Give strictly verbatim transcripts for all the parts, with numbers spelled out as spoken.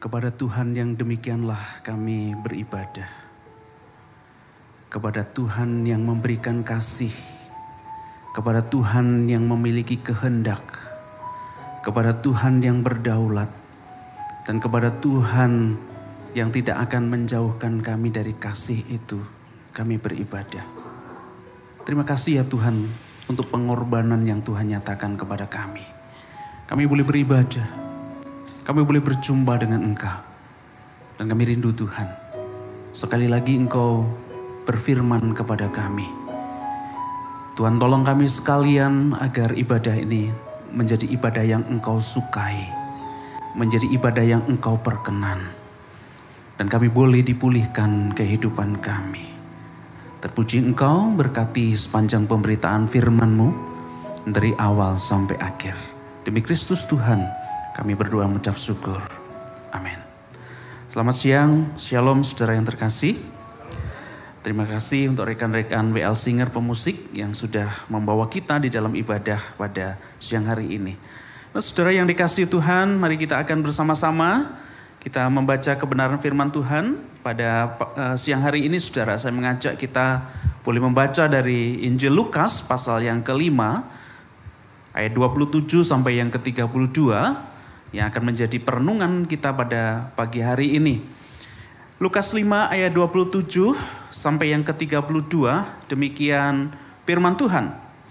Kepada Tuhan yang demikianlah kami beribadah. Kepada Tuhan yang memberikan kasih. Kepada Tuhan yang memiliki kehendak. Kepada Tuhan yang berdaulat. Dan kepada Tuhan yang tidak akan menjauhkan kami dari kasih itu, kami beribadah. Terima kasih ya Tuhan untuk pengorbanan yang Tuhan nyatakan kepada kami. Kami boleh beribadah. Kami boleh berjumpa dengan Engkau. Dan kami rindu Tuhan. Sekali lagi Engkau berfirman kepada kami. Tuhan tolong kami sekalian agar ibadah ini menjadi ibadah yang Engkau sukai. Menjadi ibadah yang Engkau perkenan. Dan kami boleh dipulihkan kehidupan kami. Terpuji Engkau berkati sepanjang pemberitaan firman-Mu dari awal sampai akhir. Demi Kristus Tuhan kami berdoa mengucap syukur. Amin. Selamat siang, shalom saudara yang terkasih. Terima kasih untuk rekan-rekan W L Singer pemusik yang sudah membawa kita di dalam ibadah pada siang hari ini. Nah, saudara yang dikasihi Tuhan, mari kita akan bersama-sama kita membaca kebenaran firman Tuhan. Pada uh, siang hari ini saudara, saya mengajak kita boleh membaca dari Injil Lukas pasal yang kelima, ayat dua puluh tujuh sampai yang ke tiga puluh dua. Yang akan menjadi perenungan kita pada pagi hari ini. Lukas lima ayat dua puluh tujuh sampai yang ke tiga puluh dua, demikian firman Tuhan.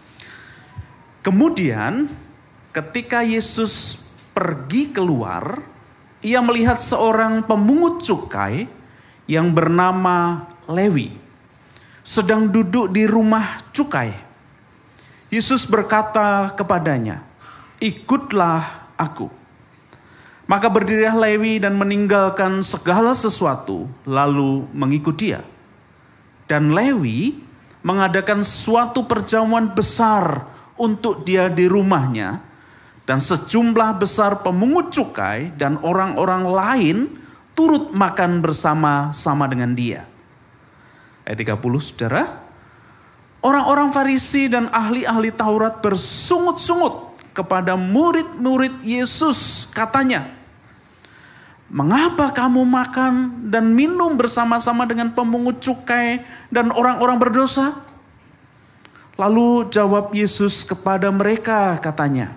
Kemudian ketika Yesus pergi keluar, ia melihat seorang pemungut cukai yang bernama Lewi sedang duduk di rumah cukai. Yesus berkata kepadanya, "Ikutlah aku." Maka berdirilah Lewi dan meninggalkan segala sesuatu, lalu mengikut dia. Dan Lewi mengadakan suatu perjamuan besar untuk dia di rumahnya, dan sejumlah besar pemungut cukai dan orang-orang lain turut makan bersama-sama dengan dia. Ayat tiga puluh, saudara. Orang-orang Farisi dan ahli-ahli Taurat bersungut-sungut kepada murid-murid Yesus, katanya, "Mengapa kamu makan dan minum bersama-sama dengan pemungut cukai dan orang-orang berdosa?" Lalu jawab Yesus kepada mereka, katanya,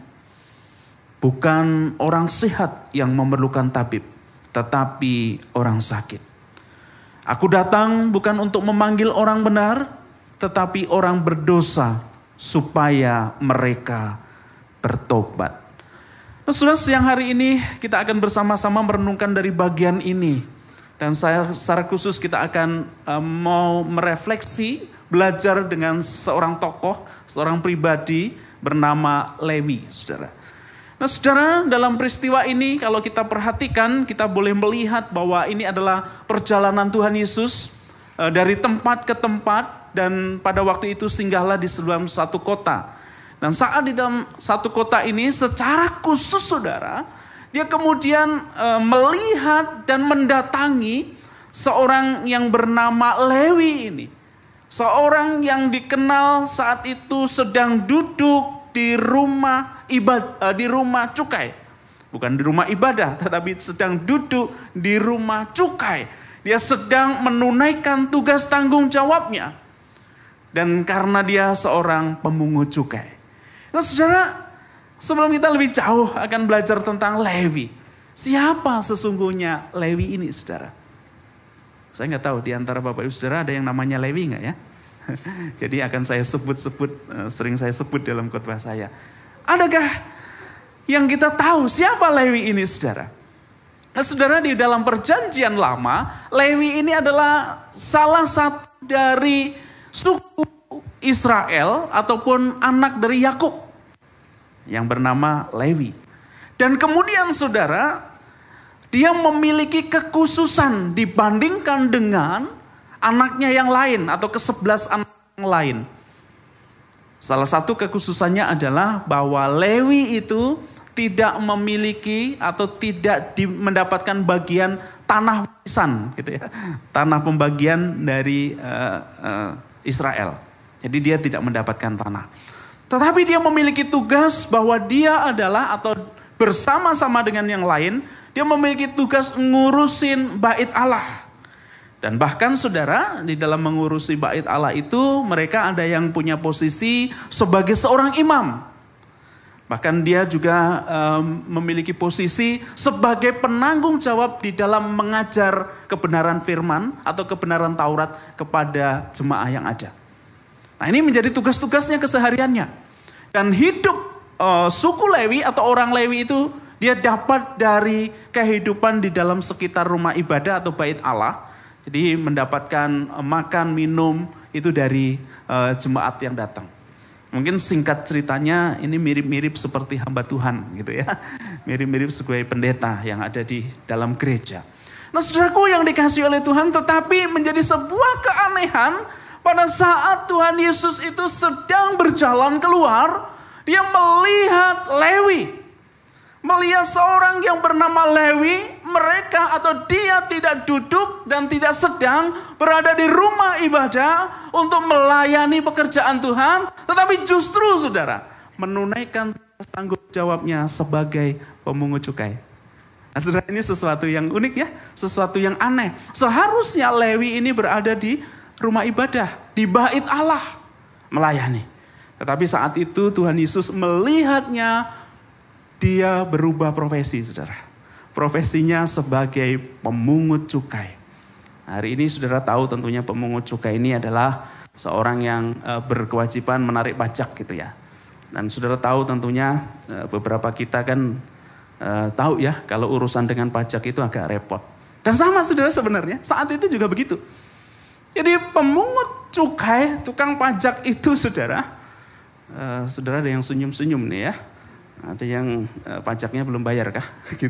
"Bukan orang sehat yang memerlukan tabib, tetapi orang sakit. Aku datang bukan untuk memanggil orang benar, tetapi orang berdosa, supaya mereka bertobat." Nah, saudara, siang hari ini kita akan bersama-sama merenungkan dari bagian ini. Dan saya secara khusus kita akan uh, mau merefleksi, belajar dengan seorang tokoh, seorang pribadi bernama Lewi, saudara. Nah, saudara, dalam peristiwa ini kalau kita perhatikan, kita boleh melihat bahwa ini adalah perjalanan Tuhan Yesus uh, dari tempat ke tempat, dan pada waktu itu singgahlah di dalam satu kota. Dan saat di dalam satu kota ini secara khusus saudara, dia kemudian e, melihat dan mendatangi seorang yang bernama Lewi ini. Seorang yang dikenal saat itu sedang duduk di rumah ibadah, di rumah cukai. Bukan di rumah ibadah, tetapi sedang duduk di rumah cukai. Dia sedang menunaikan tugas tanggung jawabnya. Dan karena dia seorang pemungut cukai. Nah, saudara, sebelum kita lebih jauh akan belajar tentang Lewi. Siapa sesungguhnya Lewi ini, saudara? Saya nggak tahu di antara Bapak Ibu saudara ada yang namanya Lewi nggak ya? Jadi akan saya sebut-sebut, sering saya sebut dalam khotbah saya. Adakah yang kita tahu siapa Lewi ini, saudara? Nah, saudara, di dalam perjanjian lama, Lewi ini adalah salah satu dari suku Israel ataupun anak dari Yakub yang bernama Lewi. Dan kemudian saudara, dia memiliki kekhususan dibandingkan dengan anaknya yang lain atau kesebelas anak yang lain. Salah satu kekhususannya adalah bahwa Lewi itu tidak memiliki atau tidak di, mendapatkan bagian tanah warisan, gitu ya, tanah pembagian dari uh, uh, Israel. Jadi dia tidak mendapatkan tanah. Tetapi dia memiliki tugas bahwa dia adalah atau bersama-sama dengan yang lain, Dia memiliki tugas ngurusin bait Allah. Dan bahkan saudara, di dalam mengurusi bait Allah itu, mereka ada yang punya posisi sebagai seorang imam. Bahkan dia juga um, memiliki posisi sebagai penanggung jawab di dalam mengajar kebenaran firman atau kebenaran Taurat kepada jemaah yang ada. Nah, ini menjadi tugas-tugasnya kesehariannya. Dan hidup uh, suku Lewi atau orang Lewi itu dia dapat dari kehidupan di dalam sekitar rumah ibadah atau bait Allah. Jadi mendapatkan uh, makan, minum itu dari uh, jemaat yang datang. Mungkin singkat ceritanya ini mirip-mirip seperti hamba Tuhan gitu ya. Mirip-mirip sebagai pendeta yang ada di dalam gereja. Nah, saudaraku yang dikasihi oleh Tuhan, tetapi menjadi sebuah keanehan pada saat Tuhan Yesus itu sedang berjalan keluar, dia melihat Lewi. Melihat seorang yang bernama Lewi, mereka atau dia tidak duduk dan tidak sedang berada di rumah ibadah untuk melayani pekerjaan Tuhan. Tetapi justru saudara, menunaikan tanggung jawabnya sebagai pemungut cukai. Nah, saudara, ini sesuatu yang unik ya, sesuatu yang aneh. Seharusnya Lewi ini berada di rumah ibadah, di bait Allah melayani. Tetapi saat itu Tuhan Yesus melihatnya, dia berubah profesi, saudara. Profesinya sebagai pemungut cukai. Hari ini saudara tahu tentunya pemungut cukai ini adalah seorang yang berkewajiban menarik pajak gitu ya. Dan saudara tahu tentunya beberapa kita kan tahu ya kalau urusan dengan pajak itu agak repot. Dan sama saudara sebenarnya saat itu juga begitu. Jadi pemungut cukai, tukang pajak itu saudara, saudara ada yang senyum-senyum nih ya. Ada yang uh, pajaknya belum bayar kah? Gitu.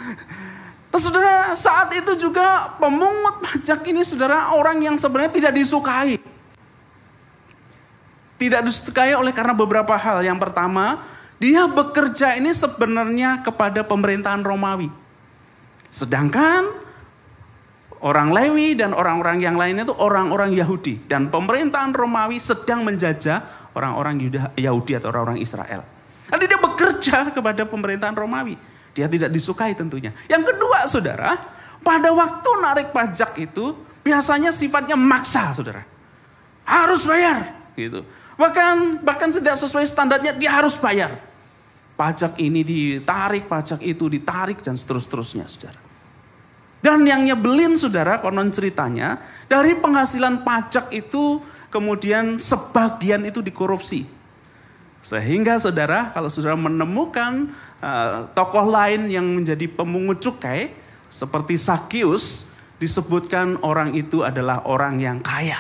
Nah, saudara, saat itu juga pemungut pajak ini saudara orang yang sebenarnya tidak disukai. Tidak disukai oleh karena beberapa hal. Yang pertama, dia bekerja ini sebenarnya kepada pemerintahan Romawi. Sedangkan orang Lewi dan orang-orang yang lain itu orang-orang Yahudi. Dan pemerintahan Romawi sedang menjajah orang-orang Yahudi atau orang-orang Israel. Jadi dia bekerja kepada pemerintahan Romawi. Dia tidak disukai tentunya. Yang kedua saudara, pada waktu narik pajak itu biasanya sifatnya maksa saudara. Harus bayar gitu. Bahkan bahkan tidak sesuai standarnya dia harus bayar. Pajak ini ditarik, pajak itu ditarik dan seterus-terusnya saudara. Dan yang nyebelin saudara, konon ceritanya dari penghasilan pajak itu kemudian sebagian itu dikorupsi. Sehingga saudara, kalau saudara menemukan uh, tokoh lain yang menjadi pemungut cukai, seperti Sakius, disebutkan orang itu adalah orang yang kaya.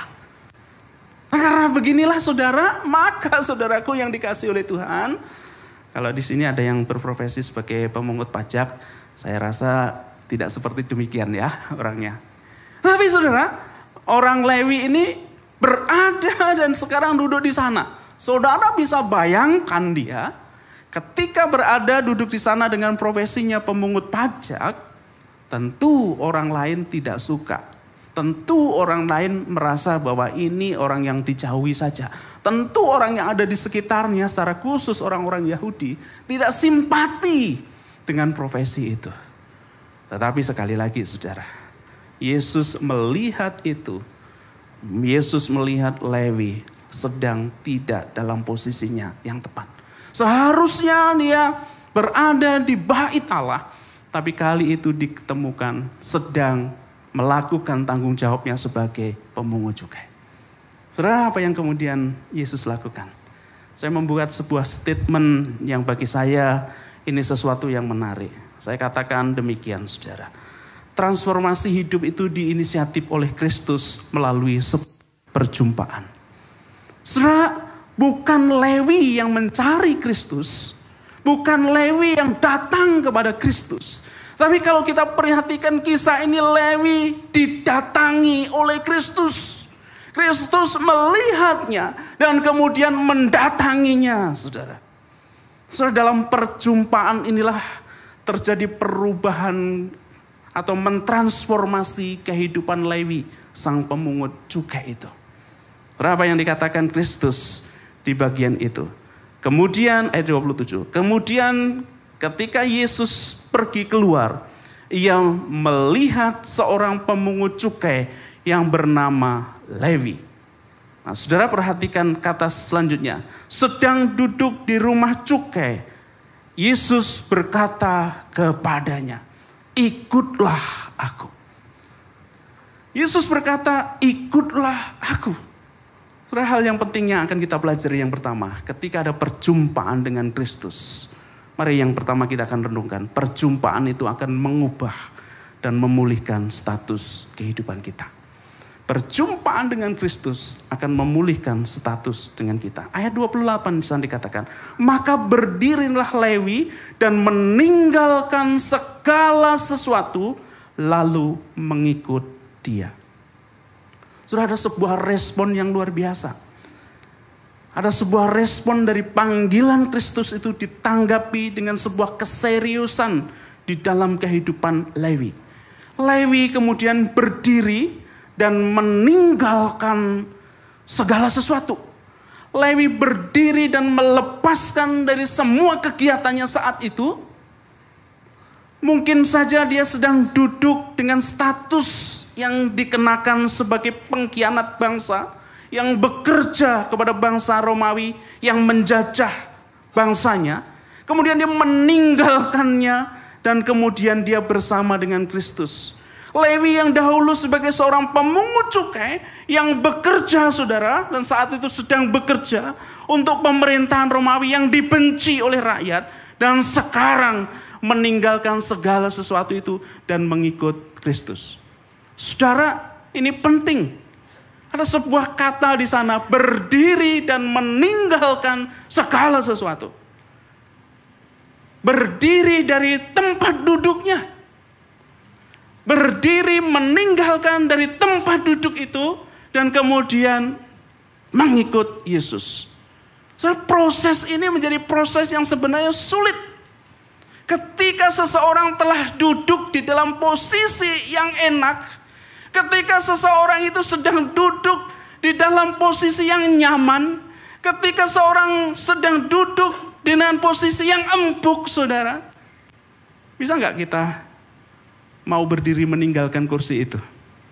Nah, karena beginilah saudara, maka saudaraku yang dikasihi oleh Tuhan, kalau di sini ada yang berprofesi sebagai pemungut pajak, saya rasa tidak seperti demikian ya orangnya. Tapi saudara, orang Lewi ini berada dan sekarang duduk di sana. Saudara bisa bayangkan dia ketika berada duduk di sana dengan profesinya pemungut pajak, tentu orang lain tidak suka. Tentu orang lain merasa bahwa ini orang yang dijauhi saja. Tentu orang yang ada di sekitarnya secara khusus orang-orang Yahudi tidak simpati dengan profesi itu. Tetapi sekali lagi saudara, Yesus melihat itu. Yesus melihat Lewi sedang tidak dalam posisinya yang tepat. Seharusnya dia berada di bait Allah, tapi kali itu ditemukan sedang melakukan tanggung jawabnya sebagai pemungut cukai. Saudara, apa yang kemudian Yesus lakukan? Saya membuat sebuah statement yang bagi saya ini sesuatu yang menarik. Saya katakan demikian, saudara. Transformasi hidup itu diinisiatif oleh Kristus melalui perjumpaan. Saudara, bukan Lewi yang mencari Kristus, bukan Lewi yang datang kepada Kristus. Tapi kalau kita perhatikan kisah ini, Lewi didatangi oleh Kristus. Kristus melihatnya dan kemudian mendatanginya, saudara. Saudara, dalam perjumpaan inilah terjadi perubahan atau mentransformasi kehidupan Lewi, sang pemungut cukai itu. Apa yang dikatakan Kristus di bagian itu. Kemudian ayat dua puluh tujuh. Kemudian ketika Yesus pergi keluar, ia melihat seorang pemungut cukai yang bernama Lewi. Nah, saudara perhatikan kata selanjutnya. Sedang duduk di rumah cukai, Yesus berkata kepadanya, ikutlah aku. Yesus berkata, ikutlah aku. Saudara, hal yang penting yang akan kita pelajari yang pertama, ketika ada perjumpaan dengan Kristus. Mari yang pertama kita akan renungkan, perjumpaan itu akan mengubah dan memulihkan status kehidupan kita. Perjumpaan dengan Kristus akan memulihkan status dengan kita. Ayat dua puluh delapan di sana dikatakan, maka berdirilah Lewi dan meninggalkan segala sesuatu lalu mengikut dia. Sudah ada sebuah respon yang luar biasa. Ada sebuah respon dari panggilan Kristus itu ditanggapi dengan sebuah keseriusan di dalam kehidupan Lewi. Lewi kemudian berdiri dan meninggalkan segala sesuatu. Lewi berdiri dan melepaskan dari semua kegiatannya saat itu. Mungkin saja dia sedang duduk dengan status yang dikenakan sebagai pengkhianat bangsa, yang bekerja kepada bangsa Romawi, yang menjajah bangsanya. Kemudian dia meninggalkannya dan kemudian dia bersama dengan Kristus. Lewi yang dahulu sebagai seorang pemungut cukai yang bekerja, saudara, dan saat itu sedang bekerja untuk pemerintahan Romawi yang dibenci oleh rakyat, dan sekarang meninggalkan segala sesuatu itu dan mengikut Kristus. Saudara, ini penting. Ada sebuah kata di sana, berdiri dan meninggalkan segala sesuatu. Berdiri dari tempat duduknya. Berdiri meninggalkan dari tempat duduk itu dan kemudian mengikut Yesus. So, proses ini menjadi proses yang sebenarnya sulit. Ketika seseorang telah duduk di dalam posisi yang enak, ketika seseorang itu sedang duduk di dalam posisi yang nyaman, ketika seorang sedang duduk dengan posisi yang empuk, saudara, bisa nggak kita mau berdiri meninggalkan kursi itu?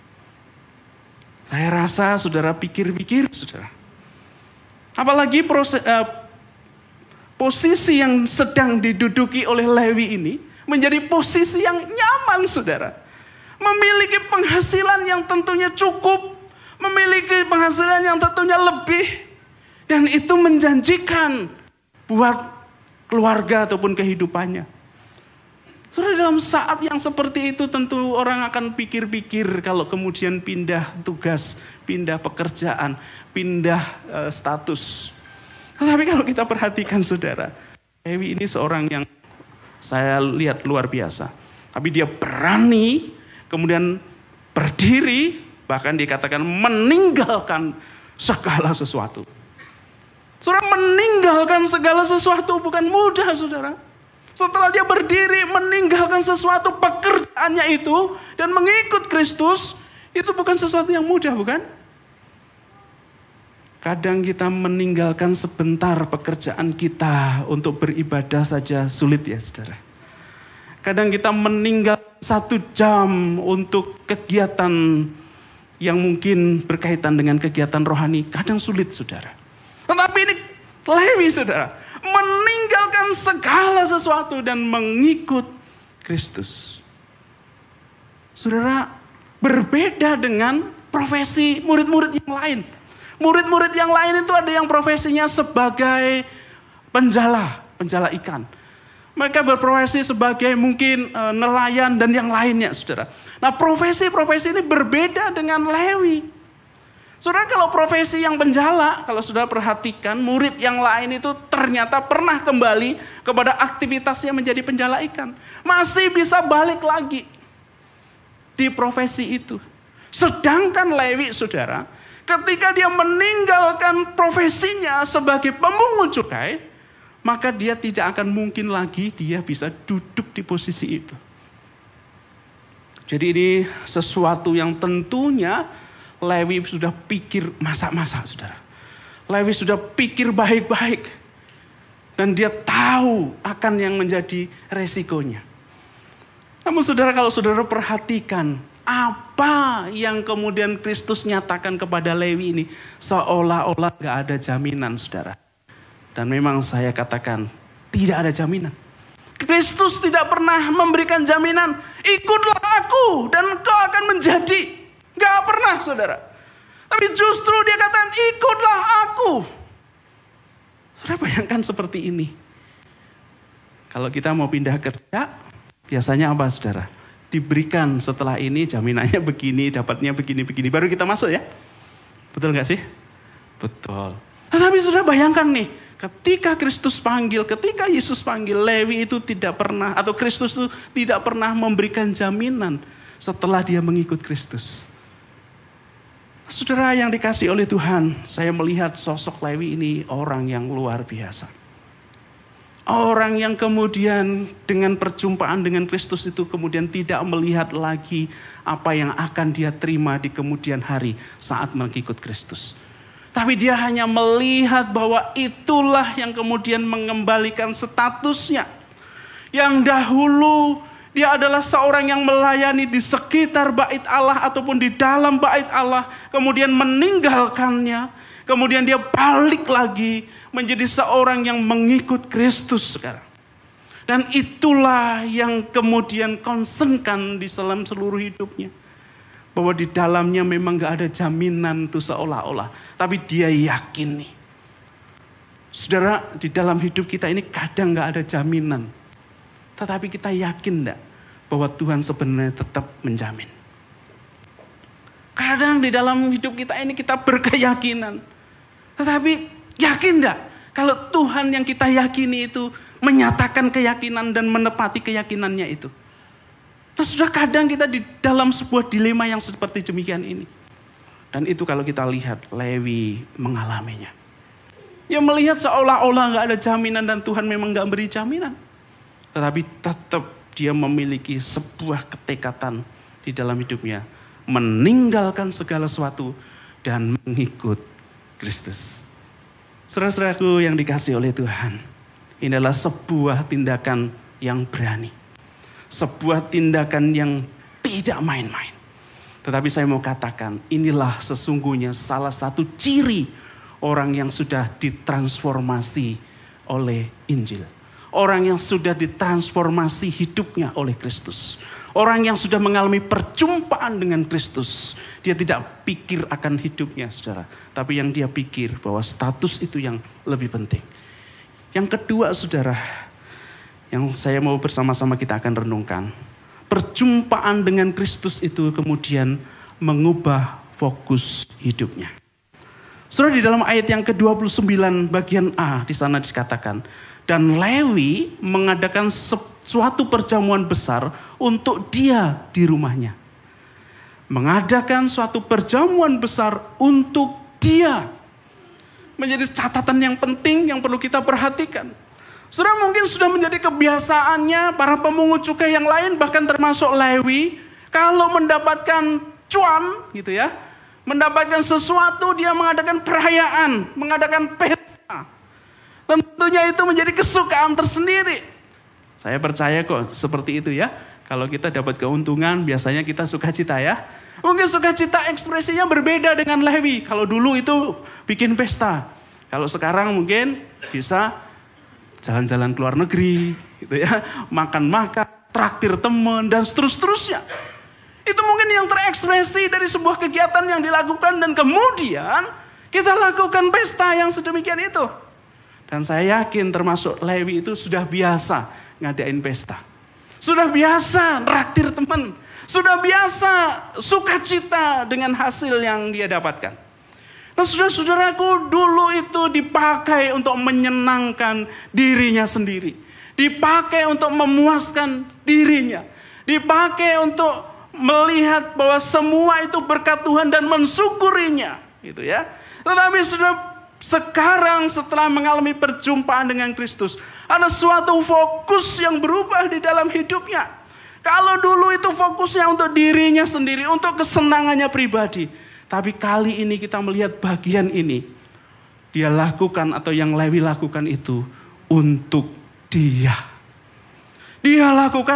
Saya rasa saudara pikir-pikir, saudara. Apalagi proses, uh, posisi yang sedang diduduki oleh Lewi ini menjadi posisi yang nyaman, saudara. Memiliki penghasilan yang tentunya cukup, memiliki penghasilan yang tentunya lebih, dan itu menjanjikan buat keluarga ataupun kehidupannya. Saudara, dalam saat yang seperti itu tentu orang akan pikir-pikir kalau kemudian pindah tugas, pindah pekerjaan, pindah uh, status. Tetapi kalau kita perhatikan, saudara, Lewi ini seorang yang saya lihat luar biasa. Tapi dia berani, kemudian berdiri, bahkan dikatakan meninggalkan segala sesuatu. Saudara, meninggalkan segala sesuatu bukan mudah, saudara. Setelah dia berdiri meninggalkan sesuatu pekerjaannya itu dan mengikut Kristus, itu bukan sesuatu yang mudah, bukan? Kadang kita meninggalkan sebentar pekerjaan kita untuk beribadah saja sulit ya, saudara. Kadang kita meninggalkan satu jam untuk kegiatan yang mungkin berkaitan dengan kegiatan rohani, kadang sulit, saudara. Tetapi ini Lewi, saudara, meninggalkan segala sesuatu dan mengikut Kristus. Saudara, berbeda dengan profesi murid-murid yang lain. Murid-murid yang lain itu ada yang profesinya sebagai penjala, penjala ikan. Mereka berprofesi sebagai mungkin e, nelayan dan yang lainnya, saudara. Nah, profesi-profesi ini berbeda dengan Lewi. Saudara, kalau profesi yang penjala, kalau saudara perhatikan, murid yang lain itu ternyata pernah kembali kepada aktivitasnya menjadi penjala ikan. Masih bisa balik lagi di profesi itu. Sedangkan Lewi, saudara, ketika dia meninggalkan profesinya sebagai pemungut cukai, maka dia tidak akan mungkin lagi dia bisa duduk di posisi itu. Jadi ini sesuatu yang tentunya Lewi sudah pikir masak-masak, saudara. Lewi sudah pikir baik-baik. Dan dia tahu akan yang menjadi resikonya. Namun saudara, kalau saudara perhatikan apa yang kemudian Kristus nyatakan kepada Lewi ini, seolah-olah gak ada jaminan saudara. Dan memang saya katakan tidak ada jaminan. Kristus tidak pernah memberikan jaminan, ikutlah aku dan kau akan menjadi. Gak pernah saudara. Tapi justru dia katakan ikutlah aku. Saudara bayangkan seperti ini. Kalau kita mau pindah kerja, biasanya apa saudara? Diberikan setelah ini jaminannya begini, dapatnya begini-begini. Baru kita masuk ya. Betul gak sih? Betul. Tetapi saudara bayangkan nih. Ketika Kristus panggil, ketika Yesus panggil, Lewi itu tidak pernah, atau Kristus itu tidak pernah memberikan jaminan setelah dia mengikut Kristus. Saudara yang dikasih oleh Tuhan, saya melihat sosok Lewi ini orang yang luar biasa. Orang yang kemudian dengan perjumpaan dengan Kristus itu kemudian tidak melihat lagi apa yang akan dia terima di kemudian hari saat mengikut Kristus. Tapi dia hanya melihat bahwa itulah yang kemudian mengembalikan statusnya. Yang dahulu dia adalah seorang yang melayani di sekitar bait Allah ataupun di dalam bait Allah. Kemudian meninggalkannya. Kemudian dia balik lagi menjadi seorang yang mengikut Kristus sekarang. Dan itulah yang kemudian concernkan di dalam seluruh hidupnya. Bahwa di dalamnya memang gak ada jaminan itu seolah-olah. Tapi dia yakin nih. Saudara, di dalam hidup kita ini kadang gak ada jaminan. Tetapi kita yakin gak bahwa Tuhan sebenarnya tetap menjamin. Kadang di dalam hidup kita ini kita berkeyakinan. Tetapi yakin gak kalau Tuhan yang kita yakini itu menyatakan keyakinan dan menepati keyakinannya itu. Nah sudah kadang kita di dalam sebuah dilema yang seperti demikian ini. Dan itu kalau kita lihat Lewi mengalaminya. Dia melihat seolah-olah gak ada jaminan dan Tuhan memang gak beri jaminan. Tetapi tetap dia memiliki sebuah ketekatan di dalam hidupnya. Meninggalkan segala sesuatu dan mengikut Kristus. Saudara-saudaraku yang dikasih oleh Tuhan. Ini adalah sebuah tindakan yang berani. Sebuah tindakan yang tidak main-main. Tetapi saya mau katakan, inilah sesungguhnya salah satu ciri orang yang sudah ditransformasi oleh Injil. Orang yang sudah ditransformasi hidupnya oleh Kristus. Orang yang sudah mengalami perjumpaan dengan Kristus. Dia tidak pikir akan hidupnya, saudara. Tapi yang dia pikir bahwa status itu yang lebih penting. Yang kedua, saudara, yang saya mau bersama-sama kita akan renungkan. Perjumpaan dengan Kristus itu kemudian mengubah fokus hidupnya. Saudara, di dalam ayat yang ke dua puluh sembilan bagian A di sana dikatakan, dan Lewi mengadakan suatu perjamuan besar untuk dia di rumahnya. Mengadakan suatu perjamuan besar untuk dia. Menjadi catatan yang penting yang perlu kita perhatikan. Saudara mungkin sudah menjadi kebiasaannya para pemungut cukai yang lain bahkan termasuk Lewi. Kalau mendapatkan cuan gitu ya. Mendapatkan sesuatu dia mengadakan perayaan. Mengadakan pesta. Tentunya itu menjadi kesukaan tersendiri. Saya percaya kok seperti itu ya. Kalau kita dapat keuntungan biasanya kita sukacita ya. Mungkin sukacita ekspresinya berbeda dengan Lewi. Kalau dulu itu bikin pesta. Kalau sekarang mungkin bisa jalan-jalan ke luar negeri, gitu ya, makan-makan, traktir teman, dan seterus-terusnya. Itu mungkin yang terekspresi dari sebuah kegiatan yang dilakukan dan kemudian kita lakukan pesta yang sedemikian itu. Dan saya yakin termasuk Lewi itu sudah biasa ngadain pesta. Sudah biasa traktir teman. Sudah biasa sukacita dengan hasil yang dia dapatkan. Nah saudara-saudaraku, dulu itu dipakai untuk menyenangkan dirinya sendiri. Dipakai untuk memuaskan dirinya. Dipakai untuk melihat bahwa semua itu berkat Tuhan dan mensyukurinya. Gitu ya. Tetapi sudah sekarang setelah mengalami perjumpaan dengan Kristus, ada suatu fokus yang berubah di dalam hidupnya. Kalau dulu itu fokusnya untuk dirinya sendiri, untuk kesenangannya pribadi. Tapi kali ini kita melihat bagian ini. Dia lakukan atau yang Lewi lakukan itu untuk dia. Dia lakukan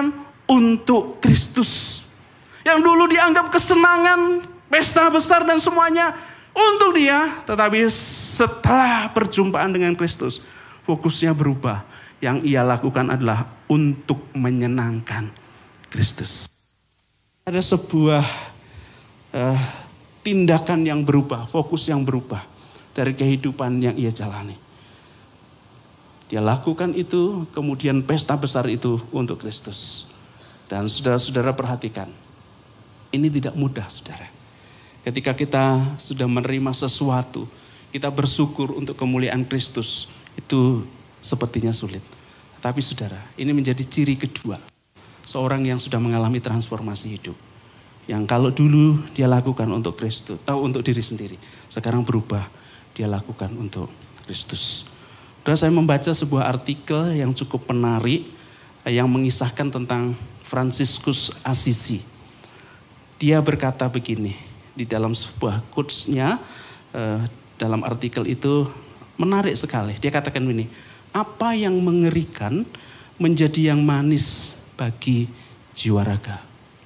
untuk Kristus. Yang dulu dianggap kesenangan, pesta besar dan semuanya untuk dia. Tetapi setelah perjumpaan dengan Kristus, fokusnya berubah. Yang ia lakukan adalah untuk menyenangkan Kristus. Ada sebuah uh, tindakan yang berubah, fokus yang berubah dari kehidupan yang ia jalani. Dia lakukan itu, kemudian pesta besar itu untuk Kristus. Dan saudara-saudara perhatikan, ini tidak mudah, saudara. Ketika kita sudah menerima sesuatu, kita bersyukur untuk kemuliaan Kristus, itu sepertinya sulit. Tapi saudara, ini menjadi ciri kedua. Seorang yang sudah mengalami transformasi hidup. Yang kalau dulu dia lakukan untuk Kristus, eh, untuk diri sendiri. Sekarang berubah, dia lakukan untuk Kristus. Saudara, saya membaca sebuah artikel yang cukup menarik, yang mengisahkan tentang Fransiskus Assisi. Dia berkata begini, di dalam sebuah quotes-nya, eh, dalam artikel itu menarik sekali. Dia katakan begini, apa yang mengerikan menjadi yang manis bagi jiwa raga.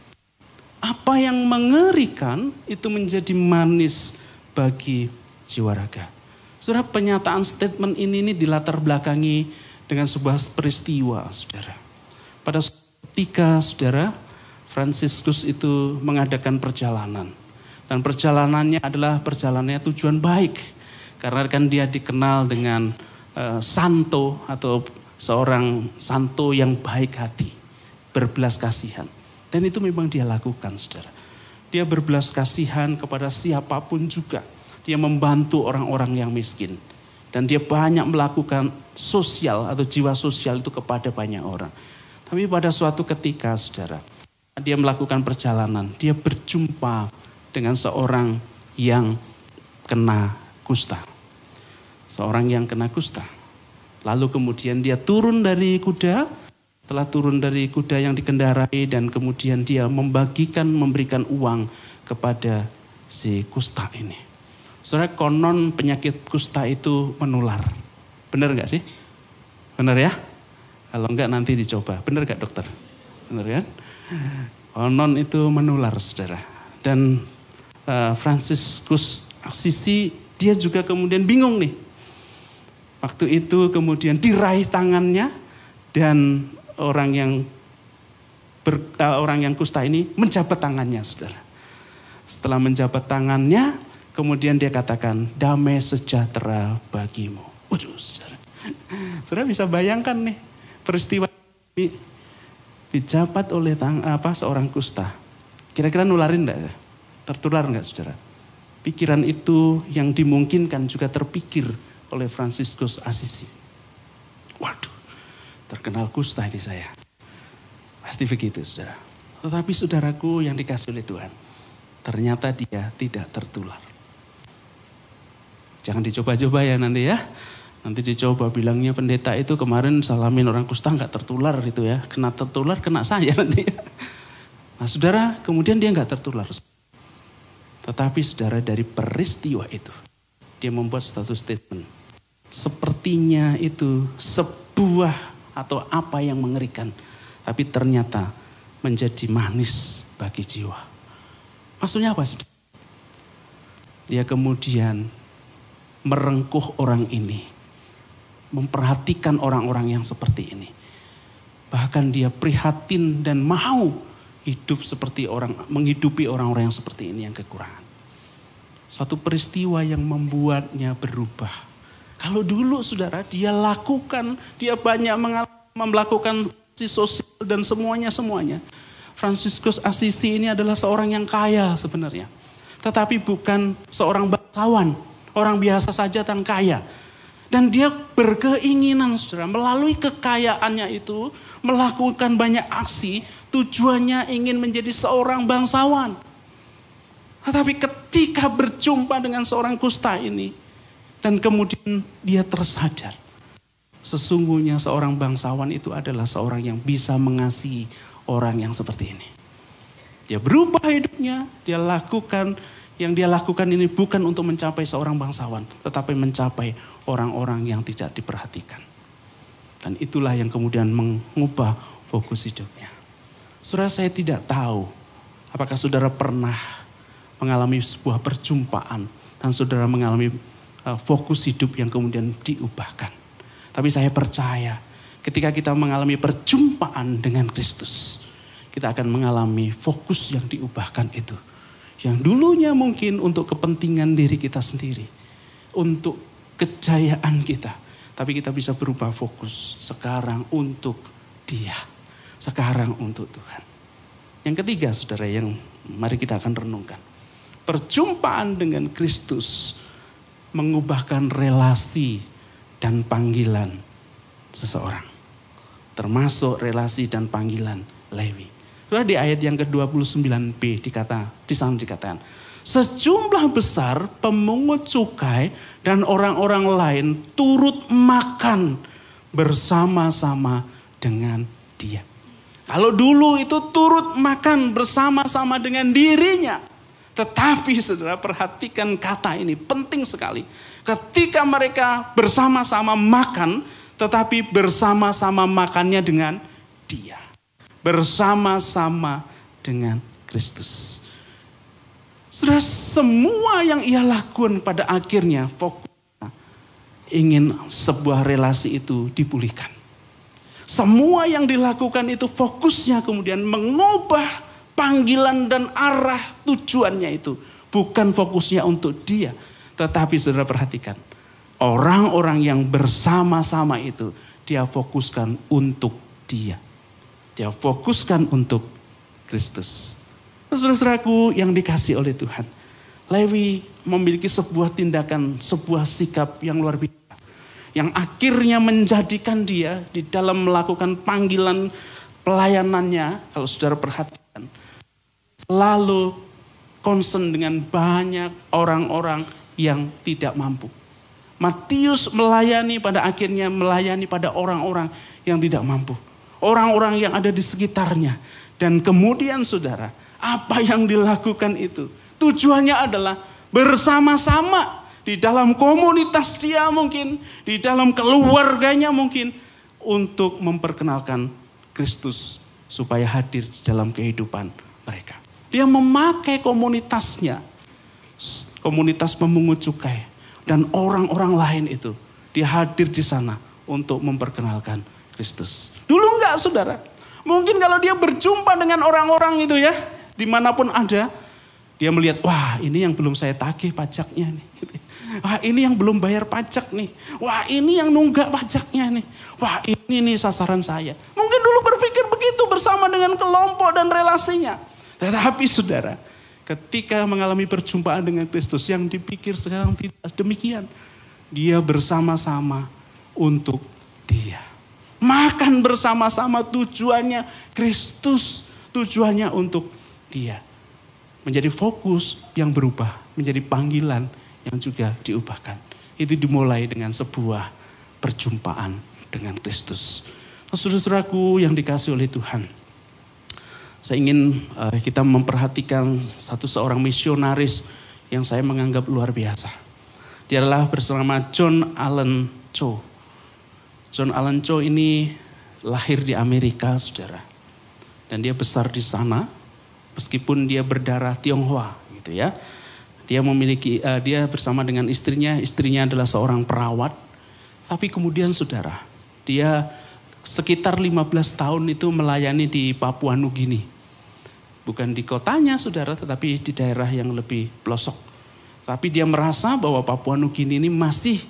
Apa yang mengerikan itu menjadi manis bagi jiwa raga. Saudara, penyataan statement ini, ini dilatar belakangi dengan sebuah peristiwa, saudara. Pada ketika, saudara, Fransiskus itu mengadakan perjalanan. Dan perjalanannya adalah perjalanannya tujuan baik. Karena kan dia dikenal dengan uh, santo atau seorang santo yang baik hati. Berbelas kasihan. Dan itu memang dia lakukan, saudara. Dia berbelas kasihan kepada siapapun juga. Dia membantu orang-orang yang miskin. Dan dia banyak melakukan sosial atau jiwa sosial itu kepada banyak orang. Tapi pada suatu ketika, saudara, dia melakukan perjalanan. Dia berjumpa dengan seorang yang kena kusta. Seorang yang kena kusta. Lalu kemudian dia turun dari kuda. Setelah turun dari kuda yang dikendarai dan kemudian dia membagikan, memberikan uang kepada si kusta ini. Saudara, konon penyakit kusta itu menular. Benar gak sih? Benar ya? Kalau enggak nanti dicoba. Benar gak dokter? Benar ya? Konon itu menular, saudara. Dan uh, Fransiskus Assisi dia juga kemudian bingung nih. Waktu itu kemudian diraih tangannya dan orang yang ber, uh, orang yang kusta ini menjabat tangannya, saudara. Setelah menjabat tangannya, kemudian dia katakan, damai sejahtera bagimu. Waduh, saudara. Saudara bisa bayangkan nih peristiwa ini dijabat oleh tang, apa seorang kusta. Kira-kira nularin enggak? Tertular enggak, saudara? Pikiran itu yang dimungkinkan juga terpikir oleh Fransiskus Assisi. Waduh. Terkenal kusta di saya. Pasti begitu, saudara. Tetapi saudaraku yang dikasih oleh Tuhan, ternyata dia tidak tertular. Jangan dicoba-coba ya nanti ya. Nanti dicoba bilangnya pendeta itu kemarin salamin orang kusta nggak tertular gitu ya. Kena tertular, kena saya nanti ya. Nah saudara, kemudian dia nggak tertular. Tetapi saudara, dari peristiwa itu, dia membuat satu statement. Sepertinya itu sebuah atau apa yang mengerikan. Tapi ternyata menjadi manis bagi jiwa. Maksudnya apa? Dia kemudian merengkuh orang ini. Memperhatikan orang-orang yang seperti ini. Bahkan dia prihatin dan mau hidup seperti orang, menghidupi orang-orang yang seperti ini yang kekurangan. Suatu peristiwa yang membuatnya berubah. Kalau dulu saudara dia lakukan, dia banyak melakukan sosial dan semuanya-semuanya. Fransiskus Assisi ini adalah seorang yang kaya sebenarnya. Tetapi bukan seorang bangsawan, orang biasa saja dan kaya. Dan dia berkeinginan saudara melalui kekayaannya itu melakukan banyak aksi, tujuannya ingin menjadi seorang bangsawan. Tetapi ketika berjumpa dengan seorang kusta ini, dan kemudian dia tersadar. Sesungguhnya seorang bangsawan itu adalah seorang yang bisa mengasihi orang yang seperti ini. Dia berubah hidupnya, dia lakukan, yang dia lakukan ini bukan untuk mencapai seorang bangsawan. Tetapi mencapai orang-orang yang tidak diperhatikan. Dan itulah yang kemudian mengubah fokus hidupnya. Saudara, saya tidak tahu apakah saudara pernah mengalami sebuah perjumpaan dan saudara mengalami uh, fokus hidup yang kemudian diubahkan. Tapi saya percaya ketika kita mengalami perjumpaan dengan Kristus, kita akan mengalami fokus yang diubahkan itu. Yang dulunya mungkin untuk kepentingan diri kita sendiri, untuk kejayaan kita. Tapi kita bisa berubah fokus sekarang untuk Dia. Sekarang untuk Tuhan. Yang ketiga saudara, yang mari kita akan renungkan. Perjumpaan dengan Kristus mengubahkan relasi dan panggilan seseorang. Termasuk relasi dan panggilan Lewi. Sudah di ayat yang ke dua puluh sembilan b dikata, di sana dikatakan, sejumlah besar pemungut cukai dan orang-orang lain turut makan bersama-sama dengan dia. Kalau dulu itu turut makan bersama-sama dengan dirinya. Tetapi saudara, perhatikan kata ini penting sekali. Ketika mereka bersama-sama makan, tetapi bersama-sama makannya dengan Dia. Bersama-sama dengan Kristus. Saudara, semua yang ia lakukan pada akhirnya fokusnya ingin sebuah relasi itu dipulihkan. Semua yang dilakukan itu fokusnya kemudian mengubah panggilan dan arah tujuannya itu. Bukan fokusnya untuk dia. Tetapi saudara perhatikan, orang-orang yang bersama-sama itu dia fokuskan untuk dia. Dia fokuskan untuk Kristus. Saudara-saudaraku yang dikasih oleh Tuhan, Lewi memiliki sebuah tindakan, sebuah sikap yang luar biasa. Yang akhirnya menjadikan dia di dalam melakukan panggilan pelayanannya, kalau saudara perhatikan, selalu concern dengan banyak orang-orang yang tidak mampu. Matius melayani pada akhirnya melayani pada orang-orang yang tidak mampu. Orang-orang yang ada di sekitarnya. Dan kemudian saudara, apa yang dilakukan itu? Tujuannya adalah bersama-sama di dalam komunitas dia mungkin, di dalam keluarganya mungkin, untuk memperkenalkan Kristus supaya hadir di dalam kehidupan mereka. Dia memakai komunitasnya, komunitas pemungut cukai dan orang-orang lain itu, dia hadir di sana untuk memperkenalkan Kristus. Dulu enggak saudara. Mungkin kalau dia berjumpa dengan orang-orang itu ya, dimanapun ada, dia melihat, wah ini yang belum saya tagih pajaknya nih. Wah ini yang belum bayar pajak nih. Wah ini yang nunggak pajaknya nih. Wah ini nih sasaran saya. Mungkin dulu berpikir begitu bersama dengan kelompok dan relasinya. Tetapi saudara, ketika mengalami perjumpaan dengan Kristus, yang dipikir sekarang tidak demikian. Dia bersama-sama untuk dia. Makan bersama-sama tujuannya Kristus, tujuannya untuk dia. Menjadi fokus yang berubah, menjadi panggilan yang juga diubahkan. Itu dimulai dengan sebuah perjumpaan dengan Kristus. Saudara-saudaraku yang dikasih oleh Tuhan, saya ingin uh, kita memperhatikan satu seorang misionaris yang saya menganggap luar biasa. Dia adalah bersama John Allen Cho. John Allen Cho ini lahir di Amerika, saudara. Dan dia besar di sana, meskipun dia berdarah Tionghoa, gitu ya. Dia memiliki, uh, dia bersama dengan istrinya, istrinya adalah seorang perawat. Tapi kemudian saudara, dia sekitar lima belas tahun itu melayani di Papua Nugini. Bukan di kotanya saudara, tetapi di daerah yang lebih pelosok. Tapi dia merasa bahwa Papua Nugini ini masih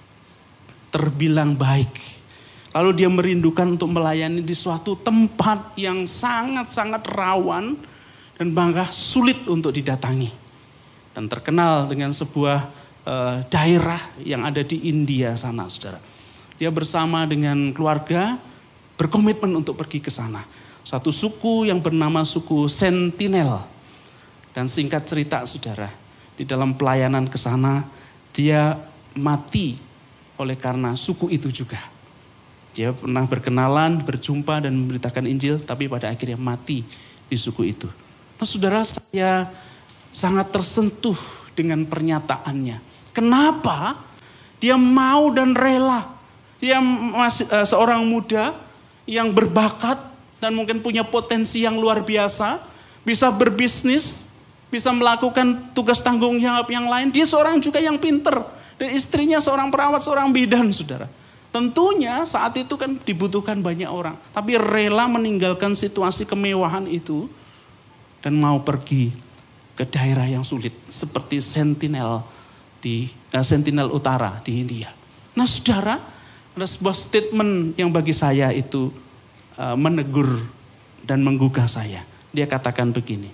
terbilang baik. Lalu dia merindukan untuk melayani di suatu tempat yang sangat-sangat rawan dan bahkan sulit untuk didatangi. Dan terkenal dengan sebuah uh, daerah yang ada di India sana, saudara. Dia bersama dengan keluarga berkomitmen untuk pergi ke sana. Satu suku yang bernama suku Sentinel. Dan singkat cerita, saudara, di dalam pelayanan ke sana, dia mati oleh karena suku itu juga. Dia pernah berkenalan, berjumpa dan memberitakan Injil, tapi pada akhirnya mati di suku itu. Nah saudara, saya sangat tersentuh dengan pernyataannya. Kenapa dia mau dan rela? Dia masih uh, seorang muda yang berbakat, dan mungkin punya potensi yang luar biasa, bisa berbisnis, bisa melakukan tugas tanggung jawab yang lain. Dia seorang juga yang pinter, dan istrinya seorang perawat, seorang bidan, saudara. Tentunya saat itu kan dibutuhkan banyak orang, tapi rela meninggalkan situasi kemewahan itu dan mau pergi ke daerah yang sulit seperti Sentinel di eh, Sentinel Utara di India. Nah, saudara, ada sebuah statement yang bagi saya itu eh, menegur dan menggugah saya. Dia katakan begini,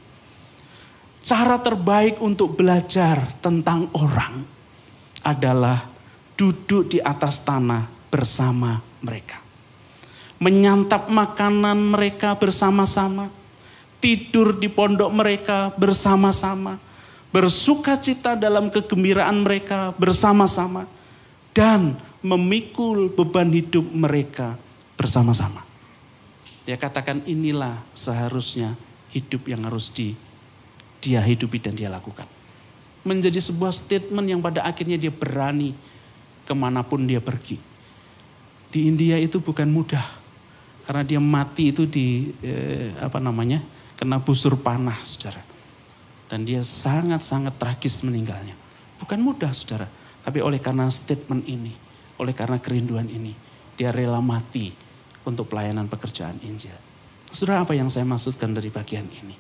cara terbaik untuk belajar tentang orang adalah duduk di atas tanah bersama mereka. Menyantap makanan mereka bersama-sama. Tidur di pondok mereka bersama-sama. Bersuka cita dalam kegembiraan mereka bersama-sama. Dan memikul beban hidup mereka bersama-sama. Dia katakan inilah seharusnya hidup yang harus di, dia hidupi dan dia lakukan. Menjadi sebuah statement yang pada akhirnya dia berani kemanapun dia pergi. Di India itu bukan mudah, karena dia mati itu di eh, apa namanya kena busur panah, saudara. Dan dia sangat-sangat tragis meninggalnya. Bukan mudah, saudara. Tapi oleh karena statement ini, oleh karena kerinduan ini, dia rela mati untuk pelayanan pekerjaan Injil. Saudara, apa yang saya maksudkan dari bagian ini?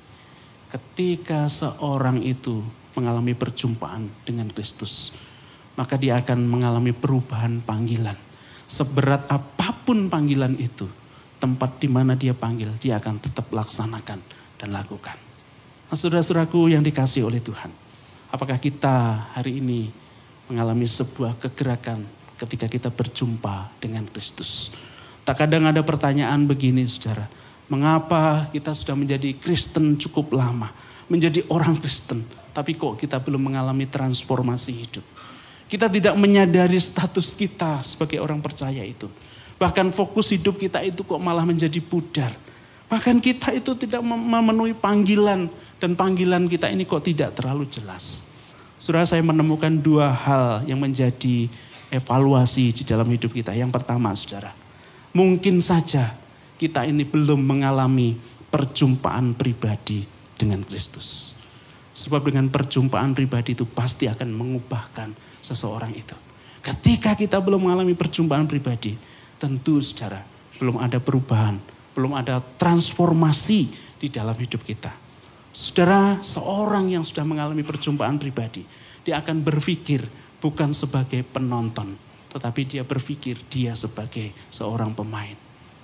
Ketika seorang itu mengalami perjumpaan dengan Kristus, maka dia akan mengalami perubahan panggilan. Seberat apapun panggilan itu, tempat di mana dia panggil, dia akan tetap laksanakan dan lakukan. Nah, saudara-saudaraku yang dikasihi oleh Tuhan, apakah kita hari ini mengalami sebuah kegerakan ketika kita berjumpa dengan Kristus? Tak kadang ada pertanyaan begini, saudara, mengapa kita sudah menjadi Kristen cukup lama, menjadi orang Kristen, tapi kok kita belum mengalami transformasi hidup? Kita tidak menyadari status kita sebagai orang percaya itu. Bahkan fokus hidup kita itu kok malah menjadi pudar. Bahkan kita itu tidak memenuhi panggilan. Dan panggilan kita ini kok tidak terlalu jelas. Saudara, saya menemukan dua hal yang menjadi evaluasi di dalam hidup kita. Yang pertama, saudara, mungkin saja kita ini belum mengalami perjumpaan pribadi dengan Kristus. Sebab dengan perjumpaan pribadi itu pasti akan mengubahkan seseorang itu. Ketika kita belum mengalami perjumpaan pribadi, tentu saudara, belum ada perubahan, belum ada transformasi di dalam hidup kita. Saudara, seorang yang sudah mengalami perjumpaan pribadi, dia akan berpikir bukan sebagai penonton, tetapi dia berpikir dia sebagai seorang pemain.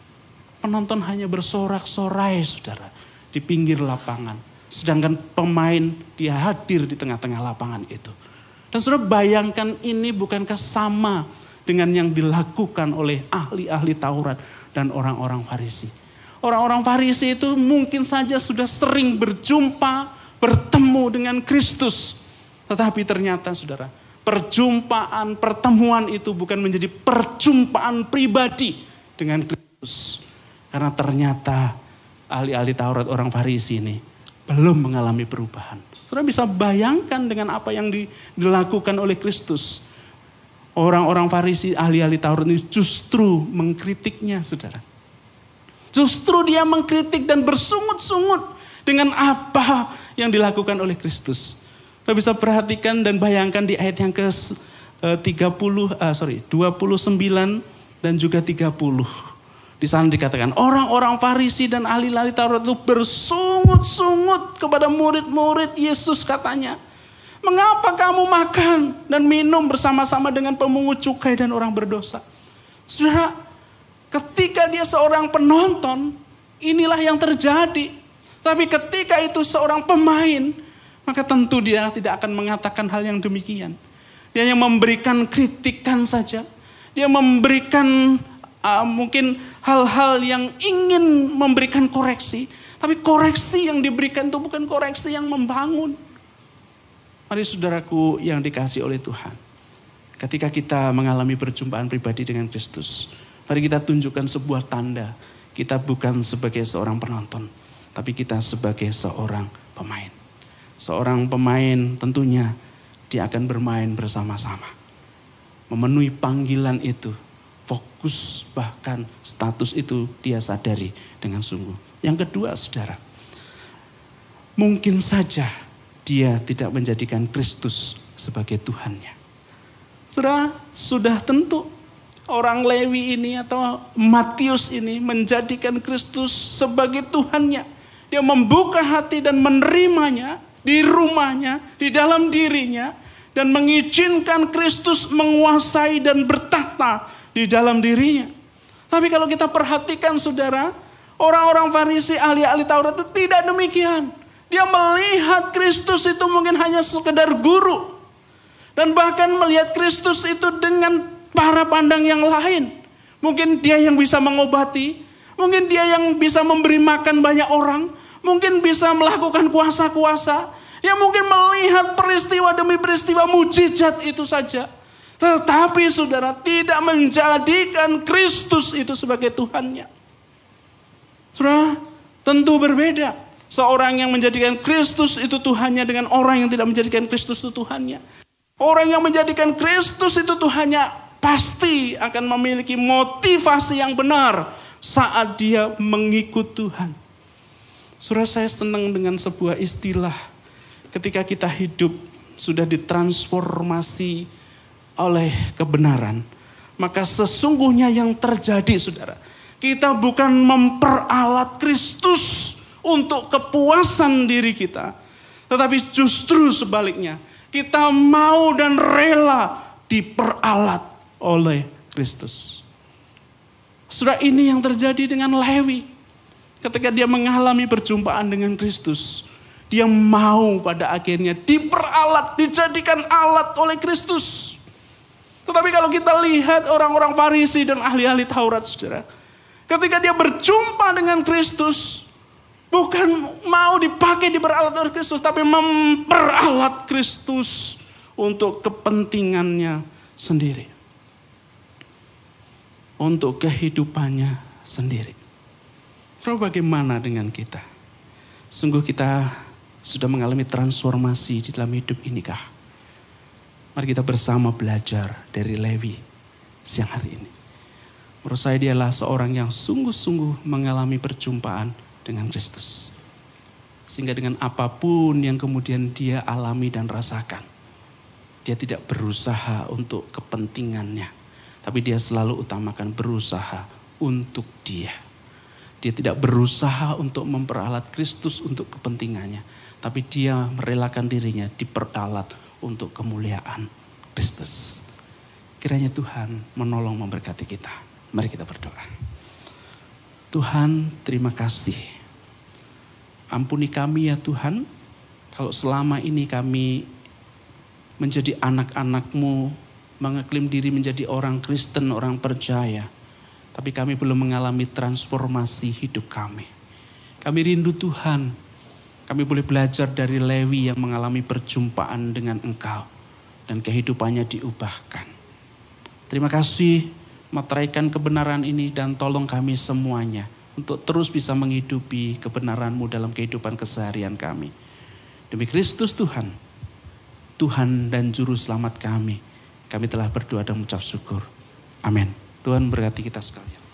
Penonton hanya bersorak-sorai, saudara, di pinggir lapangan. Sedangkan pemain dia hadir di tengah-tengah lapangan itu. Dan saudara, bayangkan ini bukankah sama dengan yang dilakukan oleh ahli-ahli Taurat dan orang-orang Farisi. Orang-orang Farisi itu mungkin saja sudah sering berjumpa, bertemu dengan Kristus. Tetapi ternyata saudara, perjumpaan, pertemuan itu bukan menjadi perjumpaan pribadi dengan Kristus. Karena ternyata ahli-ahli Taurat orang Farisi ini belum mengalami perubahan. Saudara bisa bayangkan dengan apa yang dilakukan oleh Kristus. Orang-orang Farisi, ahli-ahli Taurat ini justru mengkritiknya, saudara. Justru dia mengkritik dan bersungut-sungut dengan apa yang dilakukan oleh Kristus. Saudara bisa perhatikan dan bayangkan di ayat yang ke tiga puluh, uh, sorry, dua puluh sembilan dan juga tiga puluh. Di sana dikatakan orang-orang Farisi dan ahli-ahli Taurat itu bersungut-sungut kepada murid-murid Yesus, katanya, mengapa kamu makan dan minum bersama-sama dengan pemungut cukai dan orang berdosa? Saudara, ketika dia seorang penonton, inilah yang terjadi. Tapi ketika itu seorang pemain, maka tentu dia tidak akan mengatakan hal yang demikian. Dia hanya memberikan kritikan saja. Dia memberikan Uh, mungkin hal-hal yang ingin memberikan koreksi. Tapi koreksi yang diberikan itu bukan koreksi yang membangun. Mari saudaraku yang dikasihi oleh Tuhan. Ketika kita mengalami perjumpaan pribadi dengan Kristus, mari kita tunjukkan sebuah tanda. Kita bukan sebagai seorang penonton, tapi kita sebagai seorang pemain. Seorang pemain tentunya dia akan bermain bersama-sama. Memenuhi panggilan itu fokus, bahkan status itu dia sadari dengan sungguh. Yang kedua, saudara, mungkin saja dia tidak menjadikan Kristus sebagai Tuhannya. Saudara, sudah tentu orang Lewi ini atau Matius ini menjadikan Kristus sebagai Tuhannya. Dia membuka hati dan menerimanya di rumahnya, di dalam dirinya, dan mengizinkan Kristus menguasai dan bertahta di dalam dirinya. Tapi kalau kita perhatikan, saudara, orang-orang Farisi, ahli-ahli Taurat itu tidak demikian. Dia melihat Kristus itu mungkin hanya sekedar guru. Dan bahkan melihat Kristus itu dengan para pandang yang lain. Mungkin dia yang bisa mengobati. Mungkin dia yang bisa memberi makan banyak orang. Mungkin bisa melakukan kuasa-kuasa. Dia mungkin melihat peristiwa demi peristiwa mujizat itu saja. Tetapi saudara, tidak menjadikan Kristus itu sebagai Tuhannya. Saudara, tentu berbeda. Seorang yang menjadikan Kristus itu Tuhannya dengan orang yang tidak menjadikan Kristus itu Tuhannya. Orang yang menjadikan Kristus itu Tuhannya pasti akan memiliki motivasi yang benar saat dia mengikut Tuhan. Saudara, saya senang dengan sebuah istilah ketika kita hidup sudah ditransformasi oleh kebenaran. Maka sesungguhnya yang terjadi, saudara, kita bukan memperalat Kristus untuk kepuasan diri kita. Tetapi justru sebaliknya, kita mau dan rela diperalat oleh Kristus. Saudara, ini yang terjadi dengan Lewi. Ketika dia mengalami perjumpaan dengan Kristus, dia mau pada akhirnya diperalat, dijadikan alat oleh Kristus. Tetapi kalau kita lihat orang-orang Farisi dan ahli-ahli Taurat, saudara, ketika dia berjumpa dengan Kristus, bukan mau dipakai diperalat oleh Kristus, tapi memperalat Kristus untuk kepentingannya sendiri. Untuk kehidupannya sendiri. Lalu bagaimana dengan kita? Sungguh kita sudah mengalami transformasi di dalam hidup inikah? Mari kita bersama belajar dari Lewi siang hari ini. Menurut saya dialah seorang yang sungguh-sungguh mengalami perjumpaan dengan Kristus. Sehingga dengan apapun yang kemudian dia alami dan rasakan, dia tidak berusaha untuk kepentingannya. Tapi dia selalu utamakan berusaha untuk dia. Dia tidak berusaha untuk memperalat Kristus untuk kepentingannya. Tapi dia merelakan dirinya diperalat untuk kemuliaan Kristus. Kiranya Tuhan menolong memberkati kita. Mari kita berdoa. Tuhan, terima kasih. Ampuni kami ya Tuhan. Kalau selama ini kami menjadi anak-anak-Mu, mengklaim diri menjadi orang Kristen, orang percaya. Tapi kami belum mengalami transformasi hidup kami. Kami rindu Tuhan. Kami boleh belajar dari Lewi yang mengalami perjumpaan dengan Engkau. Dan kehidupannya diubahkan. Terima kasih meteraikan kebenaran ini dan tolong kami semuanya. Untuk terus bisa menghidupi kebenaran-Mu dalam kehidupan keseharian kami. Demi Kristus Tuhan. Tuhan dan Juru Selamat kami. Kami telah berdoa dan mengucap syukur. Amin. Tuhan berkati kita sekalian.